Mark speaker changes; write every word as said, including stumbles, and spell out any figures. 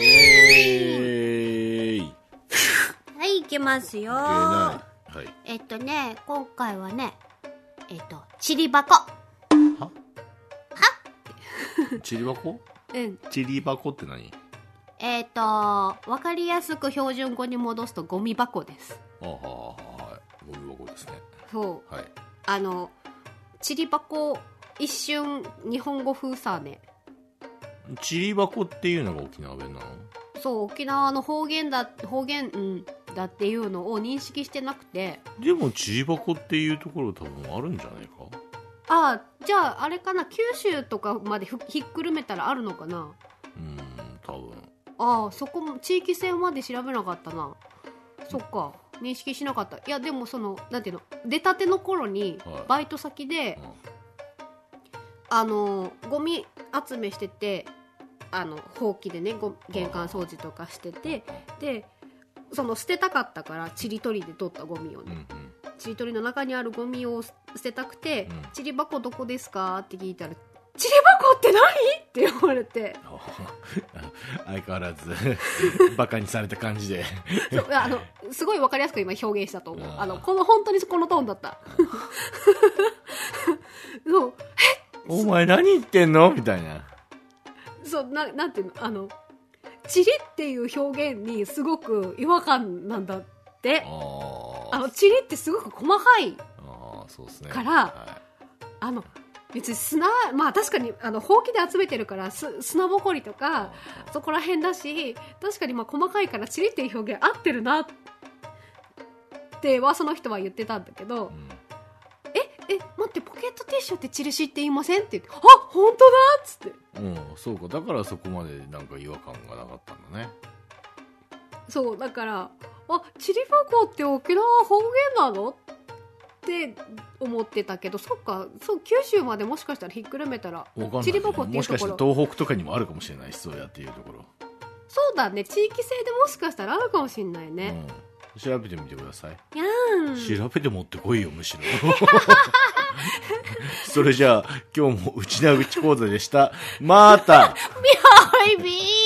Speaker 1: エーイ。
Speaker 2: はい、いきますよ。
Speaker 1: はい。
Speaker 2: えっとね、今回はね、えっと、ちり箱。
Speaker 1: ははちり箱？
Speaker 2: うん。
Speaker 1: ちり箱って何？
Speaker 2: えっと、わかりやすく標準語に戻すとゴミ箱です。
Speaker 1: ああ、はい。ゴミ箱ですね。
Speaker 2: そう。
Speaker 1: はい。
Speaker 2: あの、ちり箱、一瞬日本語風さね。
Speaker 1: ちり箱っていうのが沖縄弁なの？そう、
Speaker 2: 沖縄の方言だ、方言、うん、だっていうのを認識してなくて。
Speaker 1: でもちり箱っていうところ多分あるんじゃないか？
Speaker 2: ああ、じゃああれかな、九州とかまでひっくるめたらあるのかな？
Speaker 1: うーん、多分。
Speaker 2: ああ、そこも地域性まで調べなかったな。そっか、認識しなかった。いやでもそのなんていうの、出たての頃にバイト先で、はい、うん、あのゴミ集めしてて、あのほうきでね、玄関掃除とかしてて、でその捨てたかったからちり取りで取ったゴミをね、うんうん、ちり取りの中にあるゴミを捨てたくて、うん、ちり箱どこですかって聞いたら、ちり箱って何って言われて
Speaker 1: 相変わらずバカにされた感じで
Speaker 2: そう、あのすごい分かりやすく今表現したと思う。あのこの本当にこのトーンだったそう、
Speaker 1: えお前何言ってんのみたいな。
Speaker 2: そう、な、なんていうの、あのチリっていう表現にすごく違和感なんだって。ああのチリってすごく細かいから、はい、あの別に砂、まあ確かにあのほうきで集めてるからす砂ぼこりとかそこら辺だし、確かにまあ細かいからチリっていう表現合ってるなってはその人は言ってたんだけど、うん、ええ待って、ポケットティッシュってチリシって言いませんって言って、あ、本当だっつって、
Speaker 1: うん、そうか、だからそこまでなんか違和感がなかったんだね。
Speaker 2: そうだから、あ、チリ箱って沖縄方言なのって思ってたけど、そっか、そう九州までもしかしたらひっくるめたらちり箱っていうところ、も
Speaker 1: しかしたら東北とかにもあるかもしれないし、そうやっていうところ。
Speaker 2: そうだね、地域性でもしかしたらあるかもしれないね、
Speaker 1: うん、調べてみてください。
Speaker 2: やーん、
Speaker 1: 調べて持ってこいよ、むしろそれじゃあ今日もうちなうち講座でした。また
Speaker 2: ビハイビー